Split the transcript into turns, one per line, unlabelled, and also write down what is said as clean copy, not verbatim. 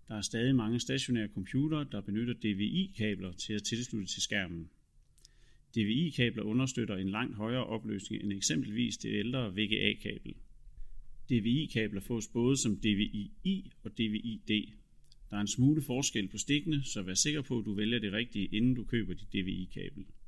Der er stadig mange stationære computere, der benytter DVI-kabler til at tilslutte til skærmen. DVI-kabler understøtter en langt højere opløsning end eksempelvis det ældre VGA-kabel. DVI-kabler fås både som DVI-I og DVI-D. Der er en smule forskel på stikkene, så vær sikker på, at du vælger det rigtige, inden du køber dit DVI-kabel.